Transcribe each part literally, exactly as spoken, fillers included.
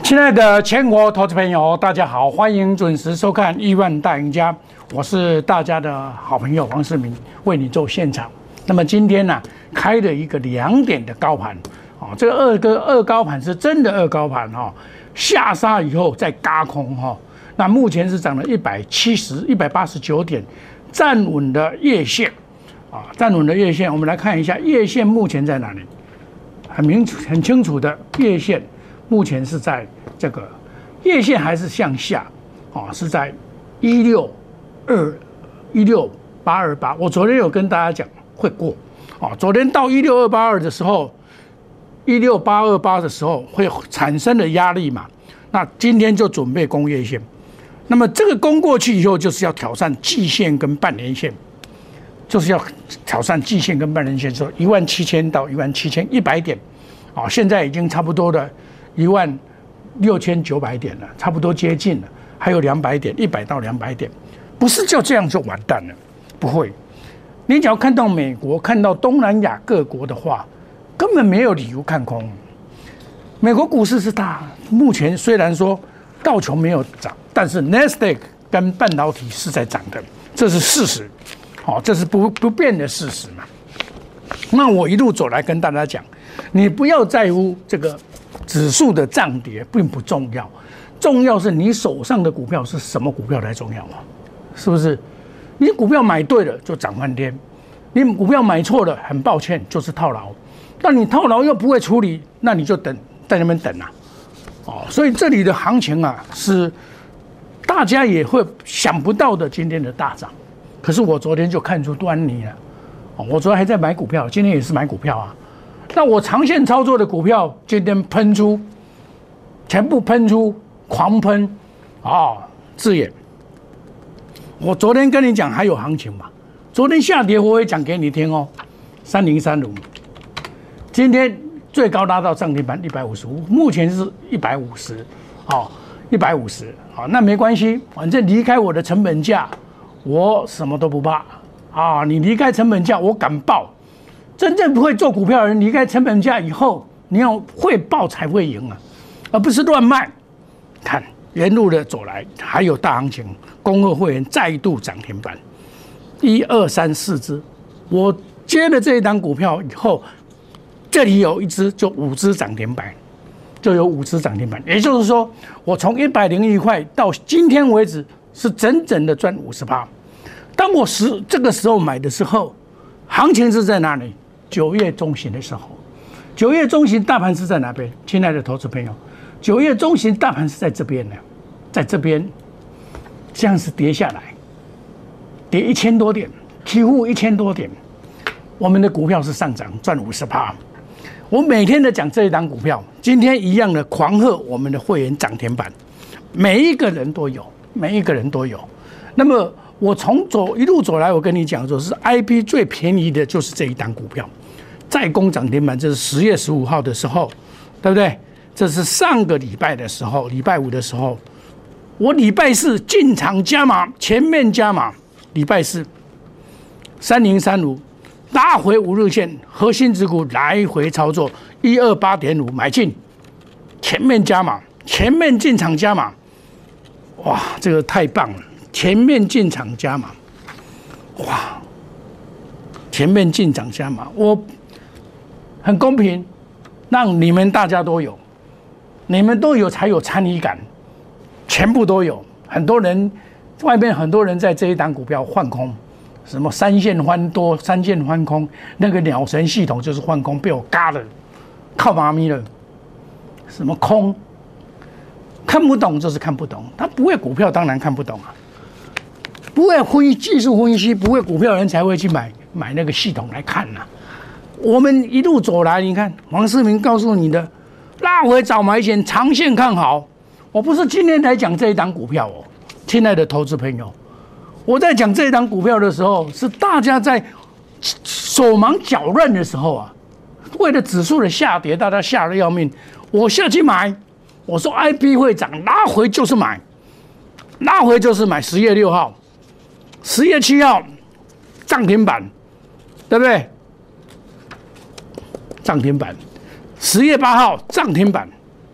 亲爱的全国投资朋友，大家好，欢迎准时收看《亿万大赢家》，我是大家的好朋友王世明，为你做现场。那么今天呢、啊，开了一个两点的高盘，哦，这个二个二高盘是真的二高盘哈、哦，下杀以后再嘎空哈、哦，那目前是涨了一百七十、一百八十九点，站稳的月线，啊，站稳的月线，我们来看一下月线目前在哪里，很明很清楚的月线。目前是在这个月线还是向下，啊，是在一六二一六八二八。我昨天有跟大家讲会过，啊，昨天到一六二八二的时候，一六八二八的时候会产生的压力嘛？那今天就准备攻月线，那么这个攻过去以后，就是要挑战季线跟半年线，就是要挑战季线跟半年线，说一万七千到一万七千一百点，啊，现在已经差不多的。一万六千九百点了，差不多接近了，还有两百点，一百到两百点，不是就这样就完蛋了，不会。你只要看到美国、看到东南亚各国的话，根本没有理由看空。美国股市是大，目前虽然说道琼没有涨，但是 Nasdaq 跟半导体是在涨的，这是事实，好，这是不不变的事实嘛。那我一路走来跟大家讲，你不要在乎这个。指数的涨跌并不重要，重要是你手上的股票是什么股票才重要嘛？是不是？你股票买对了就涨翻天，你股票买错了，很抱歉就是套牢。那你套牢又不会处理，那你就等在那边等啊。哦，所以这里的行情啊，是大家也会想不到的今天的大涨。可是我昨天就看出端倪了。哦，我昨天还在买股票，今天也是买股票啊。那我长线操作的股票今天喷出，全部喷出，狂喷，啊、哦，字眼。我昨天跟你讲还有行情嘛？昨天下跌我会讲给你听哦，三零三五，今天最高拉到涨停板一百五十五，目前是一百五十，好，一百五十，好，那没关系，反正离开我的成本价，我什么都不怕啊！你离开成本价，我敢报。真正不会做股票的人，离开成本价以后，你要会报才会赢啊，而不是乱卖。看沿路的走来，还有大行情，恭贺会员再度涨停板，一二三四只。我接了这一档股票以后，这里有一只，就五只涨停板，就有五只涨停板。也就是说，我从一百零一块到今天为止，是整整的赚五十趴。当我时这个时候买的时候，行情是在哪里？九月中旬的时候，九月中旬大盘是在哪边？亲爱的投资朋友，九月中旬大盘是在这边呢，在这边，这样是跌下来，跌一千多点，几乎一千多点。我们的股票是上涨，赚五十趴。我每天的讲这一档股票，今天一样的狂贺我们的会员涨停板，每一个人都有，每一个人都有。那么我从走一路走来，我跟你讲说，是 I P 最便宜的就是这一档股票。再攻涨停板，这是十月十五号的时候，对不对？这是上个礼拜的时候，礼拜五的时候，我礼拜四进场加码，前面加码，礼拜四三零三五拉回五日线，核心指股来回操作，一二八点五买进，前面加码，前面进场加码，哇，这个太棒了！前面进场加码，哇，前面进场加码，我。很公平，让你们大家都有，你们都有才有参与感，全部都有。很多人外面很多人在这一档股票换空，什么三线翻多、三线翻空，那个鸟神系统就是换空，被我嘎了，靠妈咪了。什么空，看不懂就是看不懂，他不会股票当然看不懂啊，不会分技术分析，不会股票人才会去买买那个系统来看呐、啊。我们一路走来，你看王世明告诉你的，拉回早买前，长线看好。我不是今天才讲这一档股票哦，亲爱的投资朋友，我在讲这一档股票的时候，是大家在手忙脚乱的时候啊，为了指数的下跌，大家吓得要命，我下去买，我说 I P 会涨，拉回就是买，拉回就是买。十月六号、十月七号涨停板，对不对？涨停板，十月八号涨停板，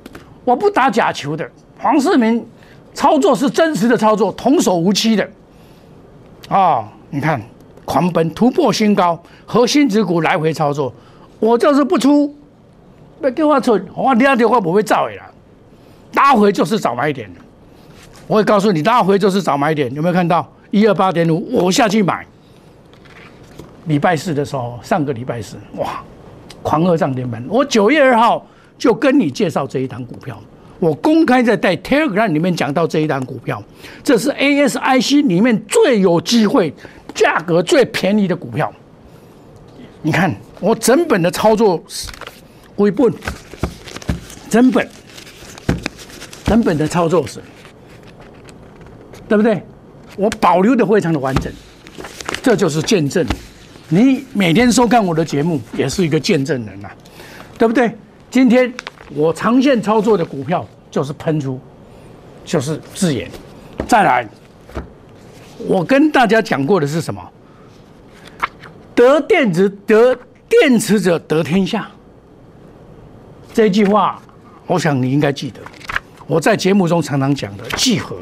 我不打假球的，黄世明操作是真实的操作，童叟无欺的啊、哦！你看狂奔突破新高，核心指股来回操作，我就是不出，要叫我出，我抓到我不会走的啦。拉回就是找买点，我会告诉你，拉回就是找买点，有没有看到一二八点五？我下去买。礼拜四的时候，上个礼拜四，哇，狂贺涨停板！我九月二号就跟你介绍这一档股票，我公开在在 Telegram 里面讲到这一档股票，这是 A S I C 里面最有机会、价格最便宜的股票。你看我整本的操作微本，整本整本的操作史，对不对？我保留的非常的完整，这就是见证。你每天收看我的节目，也是一个见证人呐、啊，对不对？今天我长线操作的股票就是喷出，就是自研。再来，我跟大家讲过的是什么？得电子得电池者得天下。这句话，我想你应该记得。我在节目中常常讲的聚合。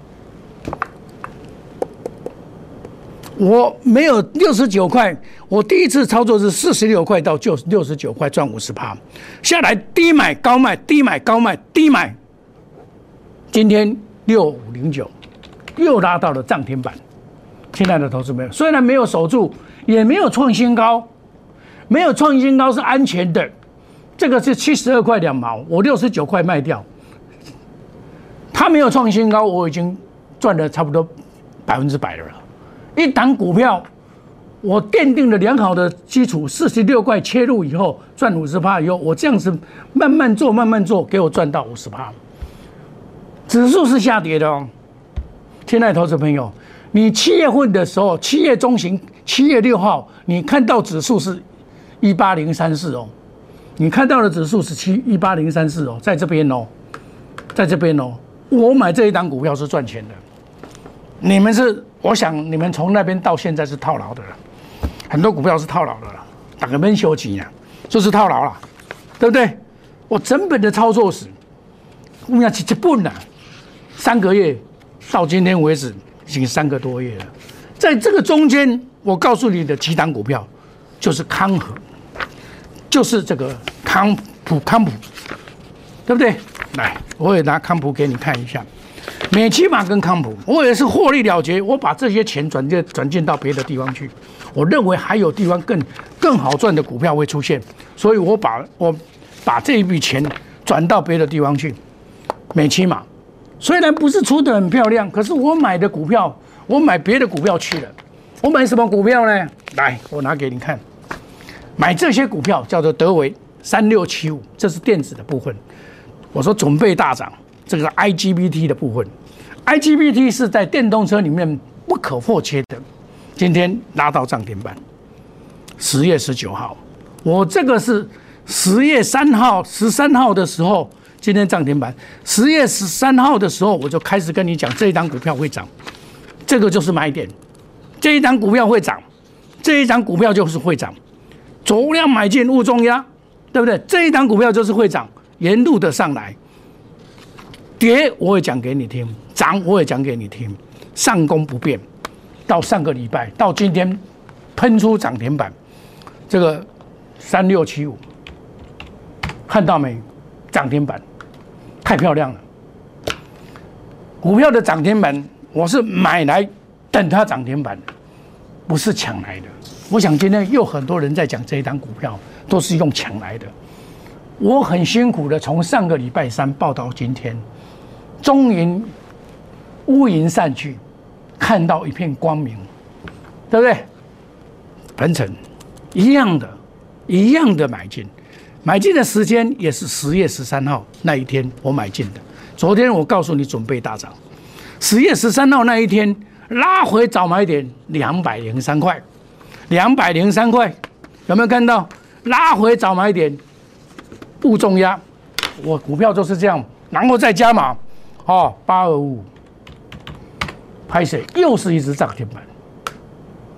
我没有六十九块，我第一次操作是四十六块到就六十九块赚五十趴，下来低买高卖，低买高卖，低买。今天六五零九又拉到了涨停板，亲爱的投资朋友，虽然没有守住，也没有创新高，没有创新高是安全的。这个是七十二块两毛，我六十九块卖掉，它没有创新高，我已经赚了差不多百分之百了。一档股票，我奠定了良好的基础，四十六块切入以后赚五十趴以后，我这样子慢慢做，慢慢做，给我赚到五十趴。指数是下跌的哦，亲爱的投资朋友，你七月份的时候，七月中旬，七月六号，你看到指数是一八零三四哦，你看到的指数是七一八零三四哦，在这边哦，在这边哦，我买这一档股票是赚钱的，你们是。我想你们从那边到现在是套牢的了，很多股票是套牢的了，打个闷休息啊，就是套牢了，对不对？我整本的操作史，我要去一本了，三个月到今天为止已经三个多月了，在这个中间，我告诉你的几档股票，就是康和，就是这个康普康普，对不对？来，我也拿康普给你看一下。美骑马跟康普，我也是获利了结，我把这些钱转进转进到别的地方去。我认为还有地方更更好赚的股票会出现，所以我把我把这一笔钱转到别的地方去。美骑马虽然不是出得很漂亮，可是我买的股票，我买别的股票去了。我买什么股票呢？来，我拿给你看。买这些股票叫做德微三六七五，这是电子的部分。我说准备大涨。这个 I G B T 的部分 ，I G B T 是在电动车里面不可或缺的。今天拉到涨停板，十月十九号，我这个是十月三号、十三号的时候，今天涨停板。十月十三号的时候，我就开始跟你讲这一档股票会涨，这个就是买点。这一档股票会涨，这一档股票就是会涨。酌量买进勿重压，对不对？这一档股票就是会涨，沿路的上来。跌我也讲给你听，涨我也讲给你听，上攻不变，到上个礼拜到今天喷出涨停板，这个三六七五，看到没？涨停板太漂亮了。股票的涨停板，我是买来等它涨停板，不是抢来的。我想今天又很多人在讲这一档股票，都是用抢来的。我很辛苦的从上个礼拜三报到今天。终于乌云散去，看到一片光明，对不对？鹏程一样的，一样的买进，买进的时间也是十月十三号那一天我买进的。昨天我告诉你准备大涨，十月十三号那一天拉回早买点两百零三块，两百零三块有没有看到？拉回早买点，不重压，我股票就是这样，然后再加码。哦，八二五，拍摄又是一只涨停板。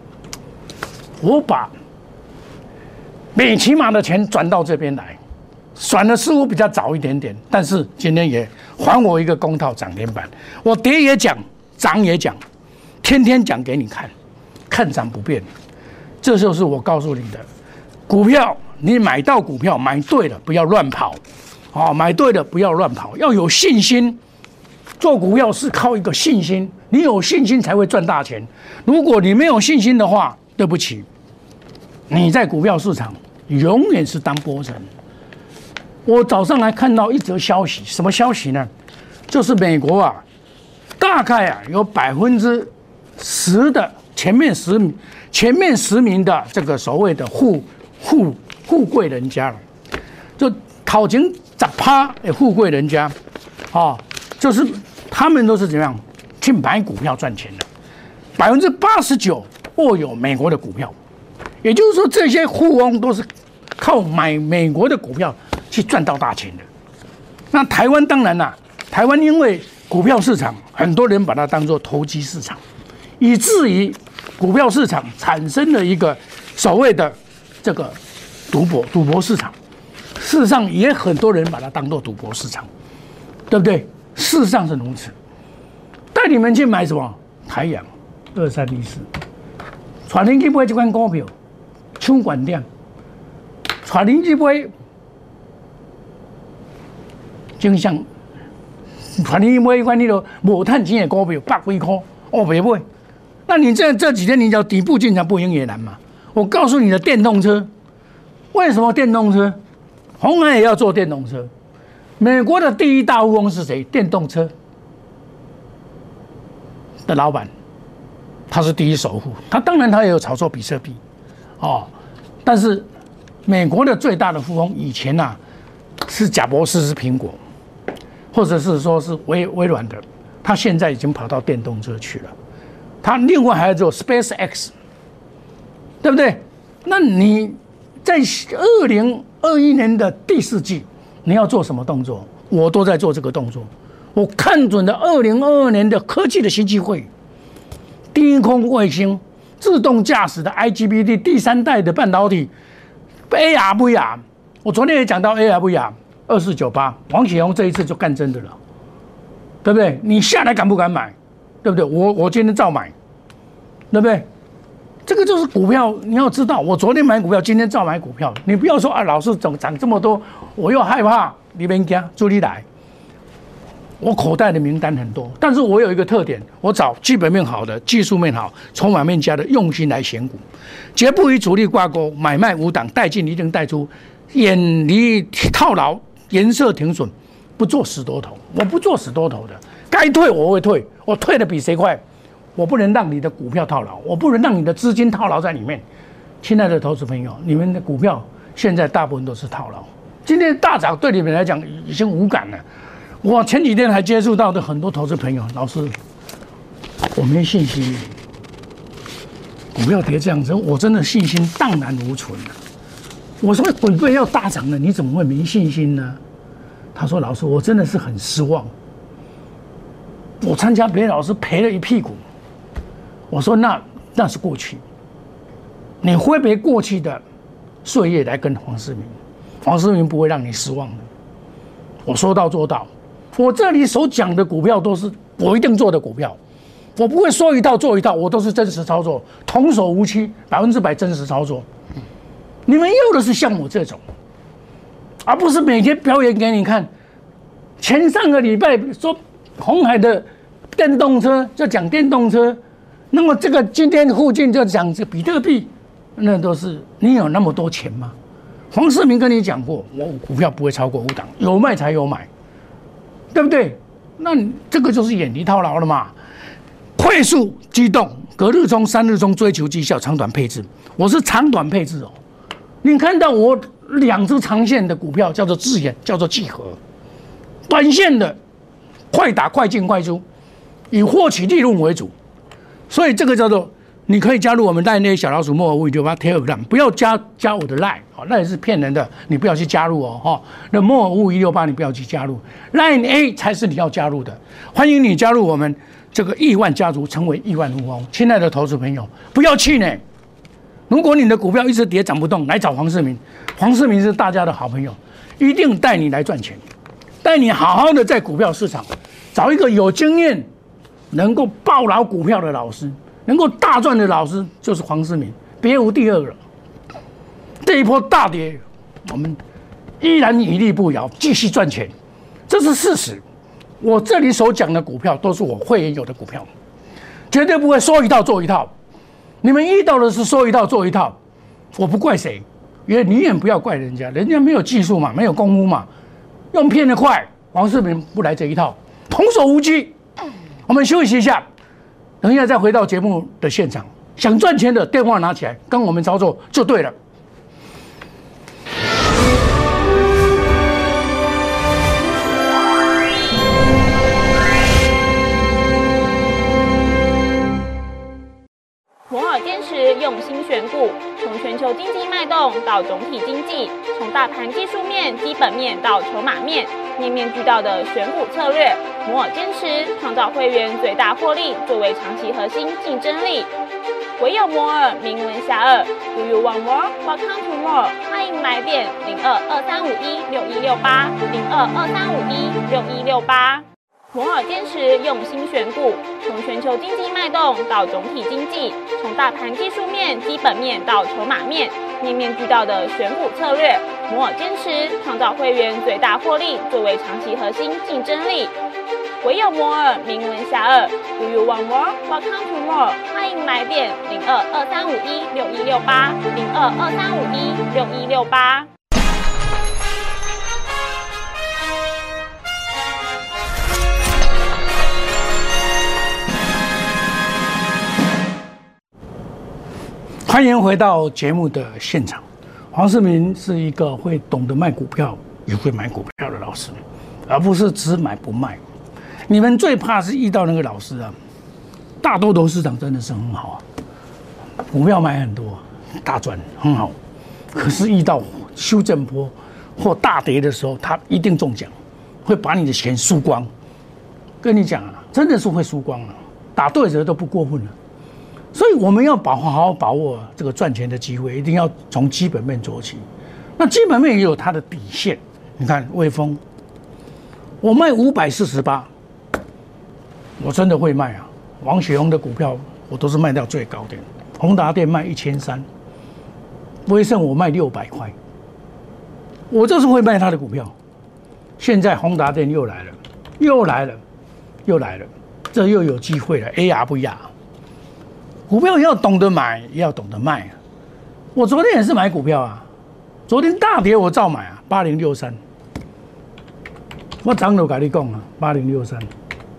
我把美骑马的钱转到这边来， 选的似乎比较早一点点，但是今天也还我一个公道涨停板。我跌也讲，涨也讲，天天讲给你看，看涨不变。这就是我告诉你的，股票你买到股票买对了，不要乱跑，啊，买对了不要乱跑，要有信心。做股票是靠一个信心，你有信心才会赚大钱。如果你没有信心的话，对不起，你在股票市场永远是当波神。我早上还看到一则消息，什么消息呢？就是美国啊，大概啊有百分之十的前面十前面十名的这个所谓的富富富贵人家了，就头前十趴的富贵人家，啊，就是他们都是怎么样去买股票赚钱的，百分之八十九握有美国的股票，也就是说这些富翁都是靠买美国的股票去赚到大钱的。那台湾当然啦、啊，台湾因为股票市场很多人把它当作投机市场，以至于股票市场产生了一个所谓的这个赌博赌博市场。事实上也很多人把它当作赌博市场，对不对？事实上是如此。带你们去买什么？台阳二三一四，带您去买这款股票，抢管店，带您去买就像，带您去买一款那个无赚钱的股票，百几块，哦，别买。那你这这几天你叫底部进场不赢也难嘛？我告诉你的电动车，为什么电动车？鸿海也要做电动车。美国的第一大富翁是谁？电动车的老板，他是第一首富。他当然他也有炒作比特币，哦，但是美国的最大的富翁以前啊是贾博士，是苹果，或者是说是微微软的，他现在已经跑到电动车去了。他另外还要做 SpaceX， 对不对？那你在二零二一年的第四季，你要做什么动作？我都在做这个动作。我看准了二零二二年的科技的新机会，低空卫星、自动驾驶的 I G B T 第三代的半导体 A R V R。我昨天也讲到 A R V R 二四九八，黄启宏这一次就干真的了，对不对？你下来敢不敢买？对不对？我我今天照买，对不对？这个就是股票，你要知道，我昨天买股票，今天照买股票。你不要说啊，老师涨涨这么多，我又害怕，你别惊，助你来。我口袋的名单很多，但是我有一个特点，我找基本面好的、技术面好、筹码面佳的，用心来选股，绝不与主力挂钩，买卖无档，带进一定带出，远离套牢，颜色停损，不做死多头。我不做死多头的，该退我会退，我退的比谁快。我不能让你的股票套牢，我不能让你的资金套牢在里面。亲爱的投资朋友，你们的股票现在大部分都是套牢。今天大涨对你们来讲已经无感了。我前几天还接触到的很多投资朋友，老师，我没信心，股票跌这样子，我真的信心荡然无存了。我说准备要大涨了，你怎么会没信心呢？他说：“老师，我真的是很失望。我参加别的老师赔了一屁股。”我说那那是过去，你挥别过去的岁月来跟黄世明，黄世明不会让你失望的。我说到做到，我这里所讲的股票都是我一定做的股票，我不会说一套做一套，我都是真实操作，童叟无欺，百分之百真实操作。你们要的是像我这种，而不是每天表演给你看。前上个礼拜说鸿海的电动车，就讲电动车。那么这个今天附近就讲这个比特币，那都是你有那么多钱吗？黄世明跟你讲过，我股票不会超过五档，有卖才有买，对不对？那你这个就是远离套牢了嘛。快速机动，隔日冲、三日冲，追求绩效，长短配置。我是长短配置哦。你看到我两只长线的股票叫做智研，叫做聚合；短线的快打快进快出，以获取利润为主。所以这个叫做，你可以加入我们 LINE 那些小老鼠莫尔五一六八 Telegram， 不要加加我的 LINE， 那也是骗人的，你不要去加入哦，哈，那莫尔五一六八你不要去加入 ，LINE A 才是你要加入的，欢迎你加入我们这个亿万家族，成为亿万富翁。亲爱的投资朋友，不要气馁，如果你的股票一直跌涨不动，来找黄世明，黄世明是大家的好朋友， 一定带你来赚钱，带你好好的在股票市场找一个有经验、能够抱牢股票的老师，能够大赚的老师，就是黄世明，别无第二了。这一波大跌，我们依然屹立不摇，继续赚钱，这是事实。我这里所讲的股票都是我会员有的股票，绝对不会说一套做一套。你们遇到的是说一套做一套，我不怪谁，也你也不要怪人家，人家没有技术嘛，没有功夫嘛，用骗得快。黄世明不来这一套，童叟无欺。我们休息一下，等一下再回到节目的现场。想赚钱的电话拿起来，跟我们操作就对了。 摩尔坚持用心选股，从全球经济脉动到总体经济，从大盘技术面、基本面到筹码面，面面俱到的选股策略。摩尔坚持创造会员最大获利作为长期核心竞争力。唯有摩尔名闻遐迩。Do you want more? Welcome to more。欢迎来电零二二三五一六一六八零二二三五一六一六八。摩尔坚持用心选股，从全球经济脉动到总体经济，从大盘技术面、基本面到筹码面，面面俱到的选股策略。摩尔坚持创造会员最大获利作为长期核心竞争力。唯有摩尔名闻遐迩。Do you want more? Welcome to more。欢迎来电零二二三五一六一六八零二二三五一六一六八。 欢迎回到节目的现场。黄世明是一个会懂得卖股票，也会买股票的老师，而不是只买不卖。你们最怕是遇到那个老师啊，大多头市场真的是很好啊，股票买很多，大赚很好。可是遇到修正波或大跌的时候，他一定中奖，会把你的钱输光。跟你讲啊，真的是会输光了，打对折都不过分了。所以我们要把好好把握这个赚钱的机会，一定要从基本面做起。那基本面也有它的底线。你看微风，我卖五百四十八，我真的会卖啊。王雪红的股票我都是卖到最高点，宏达电卖一千三，威盛我卖六百块，我就是会卖他的股票。现在宏达电又来了，又来了，又来了，这又有机会了 ，A R 不压。股票要懂得买，也要懂得卖啊。我昨天也是买股票啊，昨天大跌我照买啊，八零六三。我涨就跟你讲啊，八零六三。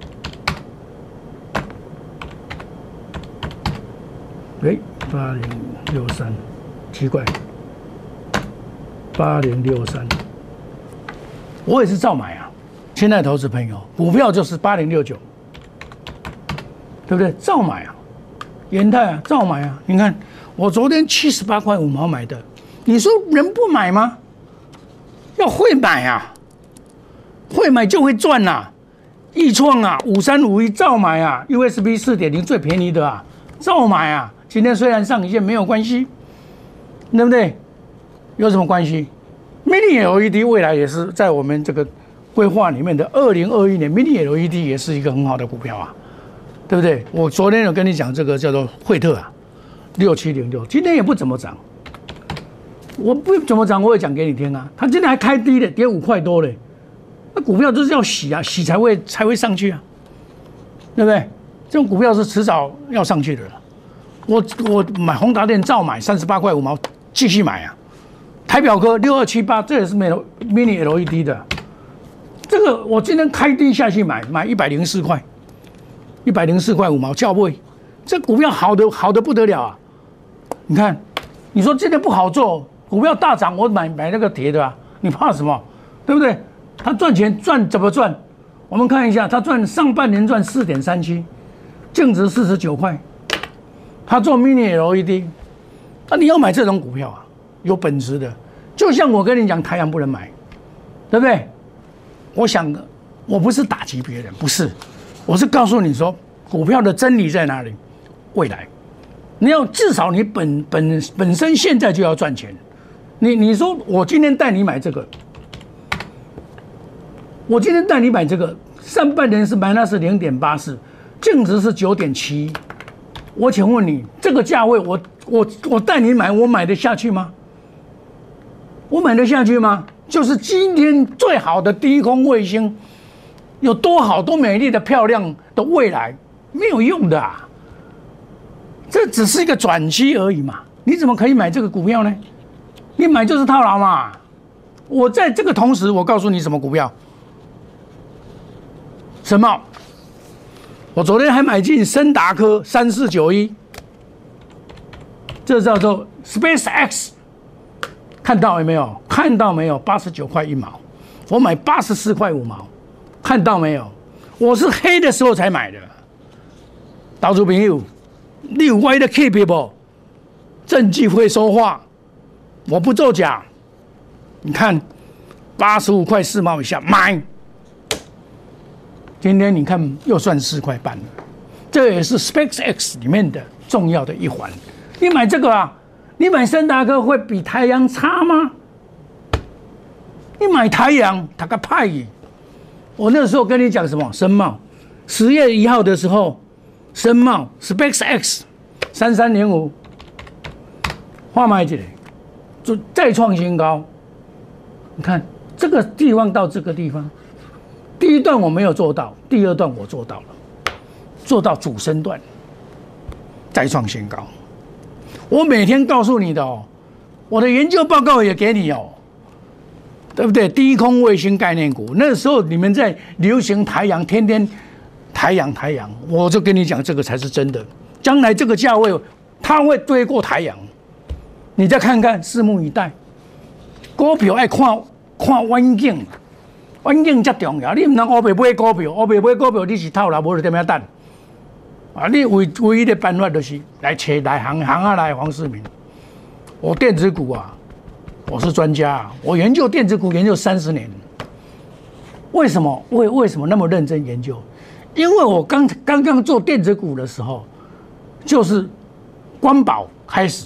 哎，八零六三，奇怪，八零六三，我也是照买啊。亲爱的投资朋友，股票就是八零六九，对不对？照买啊。元泰啊，照买啊！你看，我昨天七十八块五毛买的，你说人不买吗？要会买啊，会买就会赚呐、啊。易创啊，五三五一照买啊 ，U S B 四点零最便宜的啊，照买啊。今天虽然上影线没有关系，对不对？有什么关系 ？Mini L E D 未来也是在我们这个规划里面的，二零二一年 Mini L E D 也是一个很好的股票啊。对不对？我昨天有跟你讲这个叫做惠特啊，六七零六，今天也不怎么涨。我不怎么涨，我也讲给你听啊。它今天还开低的，跌五块多嘞。那股票就是要洗啊，洗才会才会上去啊，对不对？这种股票是迟早要上去的了。我我买宏达电照买三十八块五毛，继续买啊。台表科六二七八，这也是没有 Mini L E D 的。这个我今天开低下去买，买一百零四块。一百零四块五毛，价位，这股票好的好的不得了啊！你看，你说今天不好做，股票大涨，我买买那个跌的啊，你怕什么？对不对？他赚钱赚怎么赚？我们看一下，他赚上半年赚四点三七，净值四十九块。他做 Mini L E D， 那、啊、你要买这种股票啊，有本质的。就像我跟你讲，太阳不能买，对不对？我想，我不是打击别人，不是。我是告诉你说，股票的真理在哪里？未来，你要至少你本本本身现在就要赚钱。你你说我今天带你买这个， 我今天带你买这个，上半年是 minus 零点八四，净值是九点七。我请问你，这个价位我我我带你买，我买得下去吗？我买得下去吗？就是今天最好的低空卫星，有多好、多美丽的、漂亮的未来，没有用的啊！这只是一个转机而已嘛，你怎么可以买这个股票呢？你买就是套牢嘛！我在这个同时，我告诉你什么股票？什么？我昨天还买进森达科三四九一，这叫做 SpaceX。看到有没有？看到没有？八十九块一毛，我买八十四块五毛，看到没有？我是黑的时候才买的。投资朋友，你有我的 keep 不？证据会说话，我不作假。你看，八十五块四毛以下买，今天你看又算四块半了，这也是 SpaceX 里面的重要的一环。你买这个啊？你买森达科会比太阳差吗？你买太阳，它个派！我那时候跟你讲什么？深茂，十月一号的时候，深茂 SpaceX 三三零五，画买起来，就再创新高。你看这个地方到这个地方，第一段我没有做到，第二段我做到了，做到主升段，再创新高。我每天告诉你的哦，我的研究报告也给你哦，对不对？低空卫星概念股，那时候你们在流行台阳，天天台阳台阳，我就跟你讲，这个才是真的。将来这个价位，它会追过台阳，你再看看，拭目以待。股票爱看看远景，远景才重要。你唔能乌白买股票，乌白买股票你是套牢，无就点样等。啊！你唯唯一的办法就是来找来行行啊来黄世明。我电子股啊，我是专家、啊，我研究电子股研究三十年。为什么？为为什么那么认真研究？因为我刚刚刚做电子股的时候，就是光宝开始，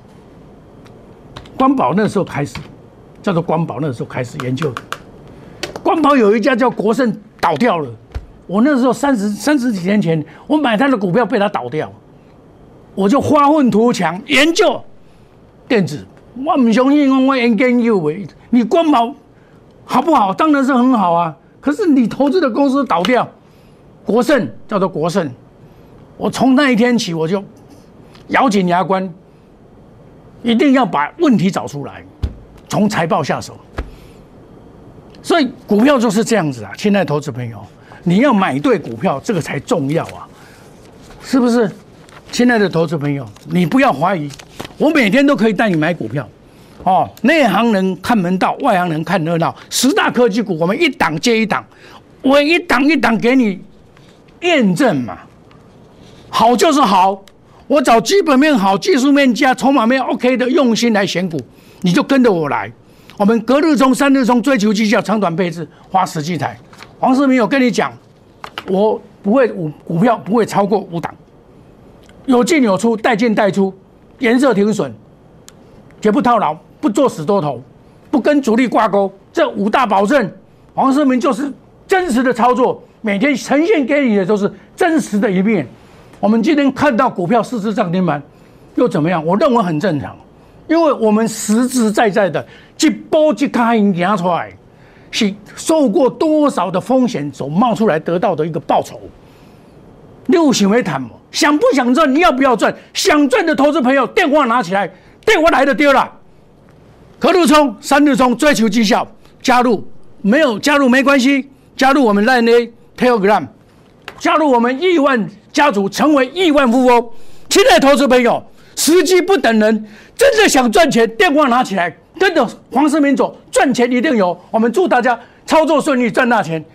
光宝那时候开始，叫做光宝那时候开始研究的。光宝有一家叫国盛倒掉了。我那时候三十三十几年前，我买他的股票被他倒掉，我就发愤图强研究电子。我不相信我研究的，你光宝好不好？当然是很好啊。可是你投资的公司倒掉，国盛叫做国盛，我从那一天起我就咬紧牙关，一定要把问题找出来，从财报下手。所以股票就是这样子啊，亲爱的投资朋友。你要买对股票，这个才重要啊，是不是？亲爱的投资朋友，你不要怀疑，我每天都可以带你买股票，哦，内行人看门道，外行人看热闹。十大科技股，我们一档接一档，我一档一档给你验证嘛，好就是好，我找基本面好、技术面加筹码面 OK 的，用心来选股，你就跟着我来。我们隔日冲、三日冲，追求绩效、长短配置，花十几台。黄世明有跟你讲，我不会五股票不会超过五档，有进有出，带进带出，颜色停损，绝不套牢，不做死多头，不跟主力挂钩，这五大保证，黄世明就是真实的操作，每天呈现给你的都是真实的一面。我们今天看到股票市值涨停板，又怎么样？我认为很正常，因为我们实实在在的一波一卡赢赢出来。是受过多少的风险所冒出来得到的一个报酬？你有想要谈吗？想不想赚？你要不要赚？想赚的投资朋友，电话拿起来，电话来的丢了。隔日冲、三日冲，追求绩效，加入没有加入没关系，加入我们 Line Telegram， 加入我们亿万家族，成为亿万富翁。亲爱的投资朋友，时机不等人，真的想赚钱，电话拿起来。跟着黄世明走，赚钱一定有。我们祝大家操作顺利，赚大钱。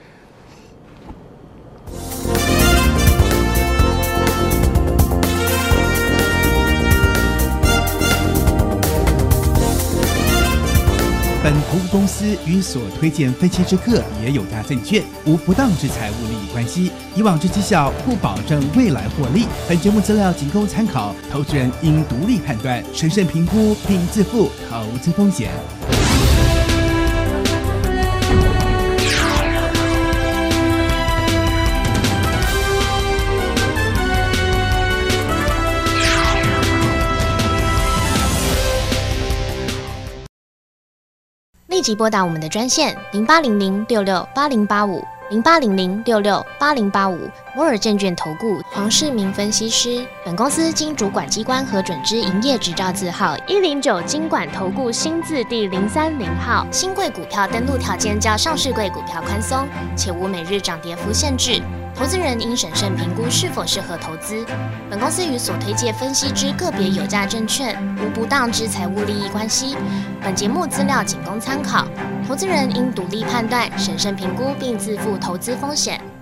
本投资公司与所推荐分期之客也有大证券，无不当之财务利益关系。以往之绩效不保证未来获利。本节目资料仅供参考，投资人应独立判断、审慎评估并自负投资风险。 立即拨打我们的专线零八零零六六八零八五零八零零六六八零八五。摩尔证券投顾黄世明分析师。本公司经主管机关核准之营业执照字号一零九金管投顾新字第零三零号。新贵股票登录条件较上市贵股票宽松，且无每日涨跌幅限制。投资人应审慎评估是否适合投资。本公司与所推介分析之个别有价证券无不当之财务利益关系。本节目资料仅供参考，投资人应独立判断、审慎评估并自负投资风险。